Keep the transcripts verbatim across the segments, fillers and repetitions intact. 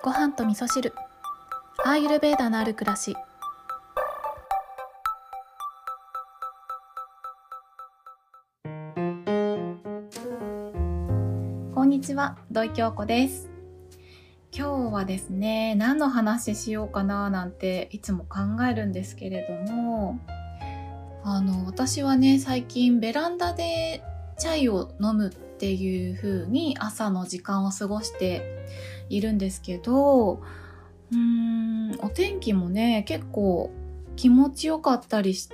ご飯と味噌汁、アーユルヴェーダのある暮らし。こんにちは、土井京子です。今日はですね、何の話しようかななんていつも考えるんですけれども、あの私はね、最近ベランダでチャイを飲むっていう風に朝の時間を過ごしているんですけど、うーんお天気もね結構気持ちよかったりして、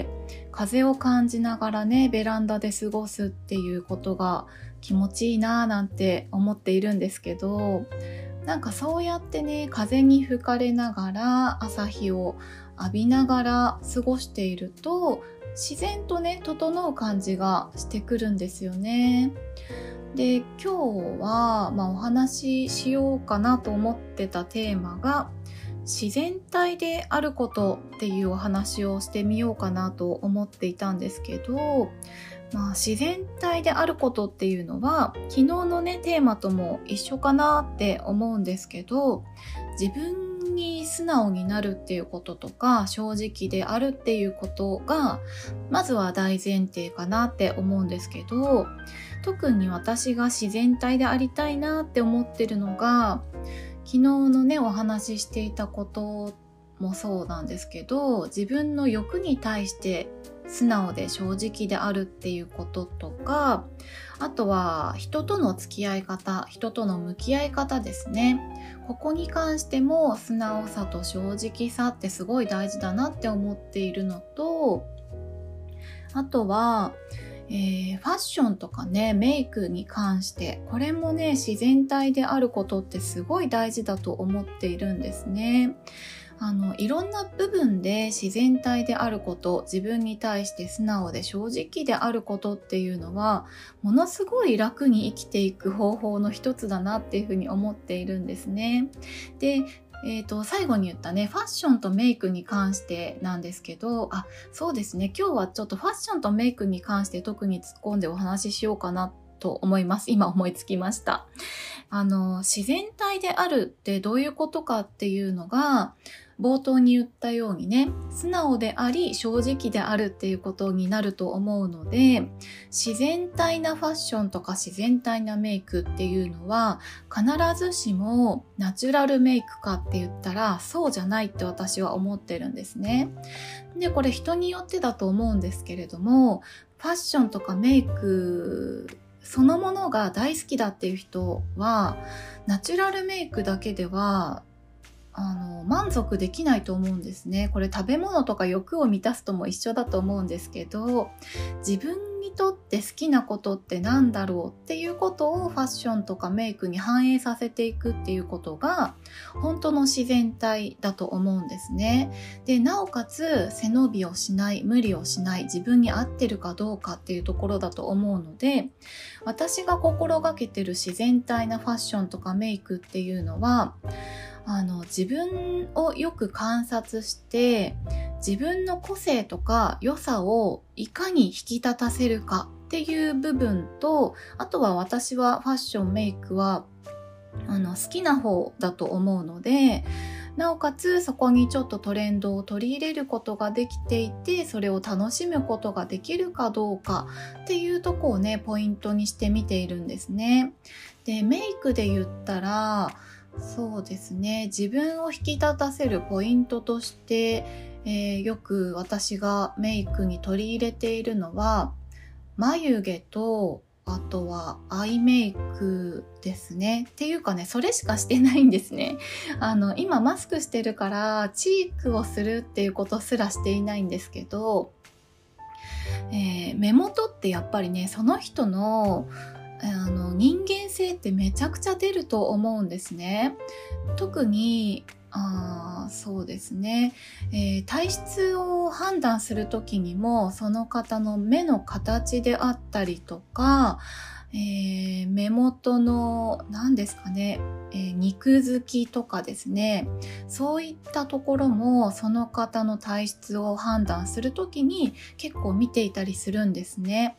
風を感じながらねベランダで過ごすっていうことが気持ちいいななんて思っているんですけど、なんかそうやってね風に吹かれながら朝日を浴びながら過ごしていると、自然とね整う感じがしてくるんですよね。で、今日は、まあ、お話ししようかなと思ってたテーマが自然体であることっていうお話をしてみようかなと思っていたんですけど、まあ、自然体であることっていうのは昨日のねテーマとも一緒かなって思うんですけど、自分に素直になるっていうこととか正直であるっていうことがまずは大前提かなって思うんですけど、特に私が自然体でありたいなって思ってるのが、昨日のねお話ししていたこともそうなんですけど、自分の欲に対して素直で正直であるっていうこととか、あとは人との付き合い方、人との向き合い方ですね。ここに関しても素直さと正直さってすごい大事だなって思っているのと、あとは、えー、ファッションとかねメイクに関して、これもね自然体であることってすごい大事だと思っているんですね。あのいろんな部分で自然体であること、自分に対して素直で正直であることっていうのはものすごい楽に生きていく方法の一つだなっていうふうに思っているんですね。で、えーと、最後に言ったねファッションとメイクに関してなんですけど、あ、そうですね、今日はちょっとファッションとメイクに関して特に突っ込んでお話ししようかなと思います。今思いつきました。あの自然体であるってどういうことかっていうのが、冒頭に言ったようにね、素直であり正直であるっていうことになると思うので、自然体なファッションとか自然体なメイクっていうのは必ずしもナチュラルメイクかって言ったらそうじゃないって私は思ってるんですね。で、これ人によってだと思うんですけれども、ファッションとかメイクそのものが大好きだっていう人はナチュラルメイクだけではあの満足できないと思うんですね。これ食べ物とか欲を満たすとも一緒だと思うんですけど、自分にとって好きなことってなんだろうっていうことをファッションとかメイクに反映させていくっていうことが本当の自然体だと思うんですね。で、なおかつ背伸びをしない、無理をしない、自分に合ってるかどうかっていうところだと思うので、私が心がけてる自然体なファッションとかメイクっていうのは、あの自分をよく観察して自分の個性とか良さをいかに引き立たせるかっていう部分と、あとは私はファッションメイクはあの好きな方だと思うので、なおかつそこにちょっとトレンドを取り入れることができていて、それを楽しむことができるかどうかっていうところをねポイントにして見ているんですね。で、メイクで言ったらそうですね、自分を引き立たせるポイントとして、えー、よく私がメイクに取り入れているのは眉毛と、あとはアイメイクですね。っていうかね、それしかしてないんですね。あの今マスクしてるからチークをするっていうことすらしていないんですけど、えー、目元ってやっぱりねその人のあの人間性ってめちゃくちゃ出ると思うんですね。特にあそうですね、えー、体質を判断するときにもその方の目の形であったりとか、えー、目元の何ですかね、えー、肉付きとかですね、そういったところもその方の体質を判断するときに結構見ていたりするんですね。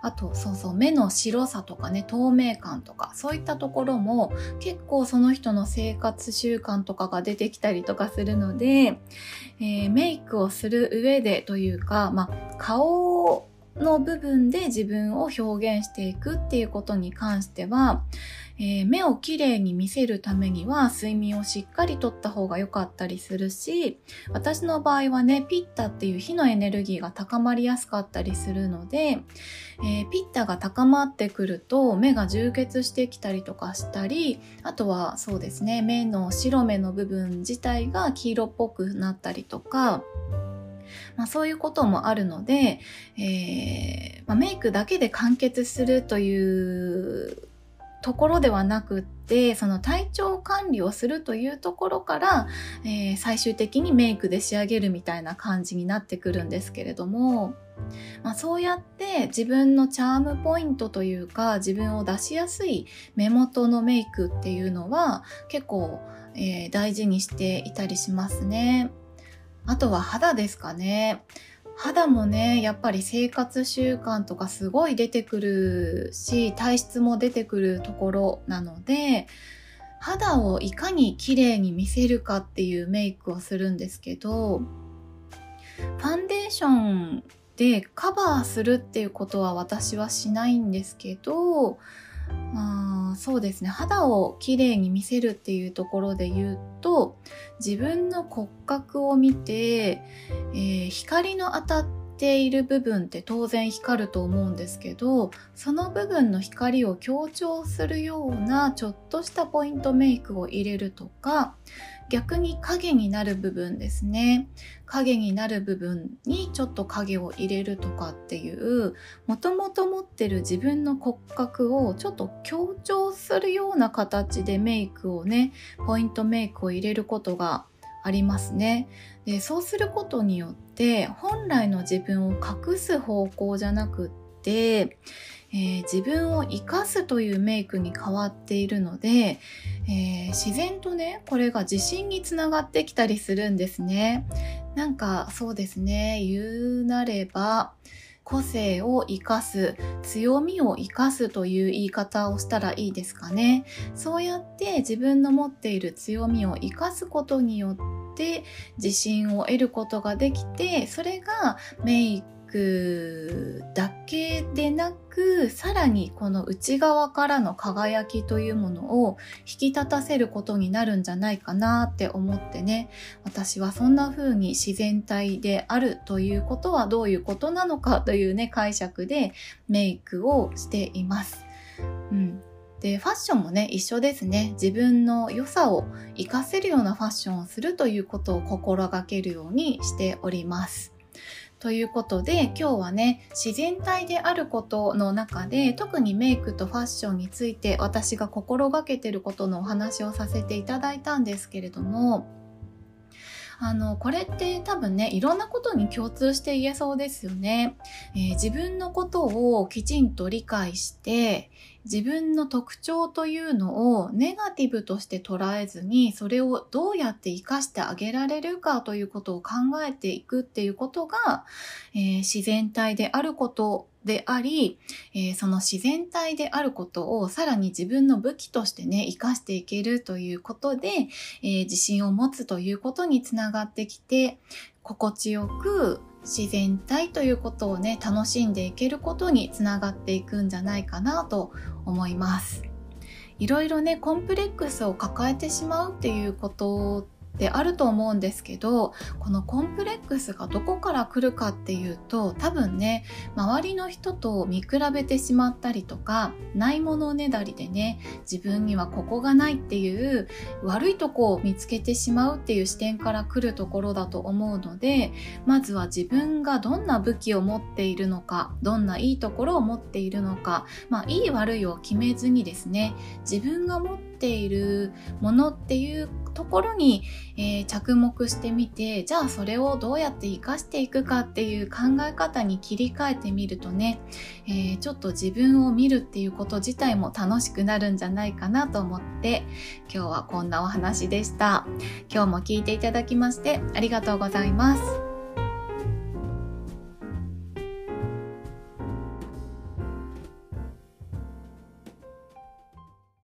あとそうそう目の白さとかね、透明感とか、そういったところも結構その人の生活習慣とかが出てきたりとかするので、えー、メイクをする上でというか、まあ、顔の部分で自分を表現していくっていうことに関しては、えー、目をきれいに見せるためには睡眠をしっかりとった方が良かったりするし、私の場合はね、ピッタっていう火のエネルギーが高まりやすかったりするので、えー、ピッタが高まってくると目が充血してきたりとかしたり、あとはそうですね、目の白目の部分自体が黄色っぽくなったりとか、まあ、そういうこともあるので、えーまあ、メイクだけで完結するというところではなくって、その体調管理をするというところから、えー、最終的にメイクで仕上げるみたいな感じになってくるんですけれども、まあ、そうやって自分のチャームポイントというか、自分を出しやすい目元のメイクっていうのは結構、えー、大事にしていたりしますね。あとは肌ですかね。肌もね、やっぱり生活習慣とかすごい出てくるし、体質も出てくるところなので、肌をいかに綺麗に見せるかっていうメイクをするんですけど、ファンデーションでカバーするっていうことは私はしないんですけど、あーそうですね、肌をきれいに見せるっていうところで言うと、自分の骨格を見て、えー光の当たっている部分って当然光ると思うんですけど、その部分の光を強調するようなちょっとしたポイントメイクを入れるとか、逆に影になる部分ですね、影になる部分にちょっと影を入れるとかっていう、もともと持ってる自分の骨格をちょっと強調するような形でメイクをね、ポイントメイクを入れることがありますね。で、そうすることによって本来の自分を隠す方向じゃなくって、えー自分を生かすというメイクに変わっているので、えー自然とね、これが自信につながってきたりするんですね。なんかそうですね、言うなれば、個性を生かす、強みを生かすという言い方をしたらいいですかね。そうやって自分の持っている強みを生かすことによって自信を得ることができて、それがメイクだけでなく、さらにこの内側からの輝きというものを引き立たせることになるんじゃないかなって思ってね、私はそんな風に自然体であるということはどういうことなのかというね、解釈でメイクをしています。うん。で、ファッションもね、一緒ですね。自分の良さを活かせるようなファッションをするということを心がけるようにしております。ということで、今日はね、自然体であることの中で、特にメイクとファッションについて私が心がけていることのお話をさせていただいたんですけれども、あのこれって多分ね、いろんなことに共通して言えそうですよね。えー自分のことをきちんと理解して、自分の特徴というのをネガティブとして捉えずに、それをどうやって活かしてあげられるかということを考えていくっていうことが、えー自然体であることであり、えーその自然体であることをさらに自分の武器としてね、活かしていけるということで、えー自信を持つということにつながってきて、心地よく自然体ということをね、楽しんでいけることにつながっていくんじゃないかなと思います。いろいろね、コンプレックスを抱えてしまうっていうことであると思うんですけど、このコンプレックスがどこから来るかっていうと、多分ね、周りの人と見比べてしまったりとか、ないものねだりでね、自分にはここがないっていう悪いとこを見つけてしまうっていう視点から来るところだと思うので、まずは自分がどんな武器を持っているのか、どんないいところを持っているのか、まあいい悪いを決めずにですね、自分が持っているものっていうところに、えー着目してみて、じゃあそれをどうやって活かしていくかっていう考え方に切り替えてみるとね、えーちょっと自分を見るっていうこと自体も楽しくなるんじゃないかなと思って、今日はこんなお話でした。今日も聞いていただきましてありがとうございます。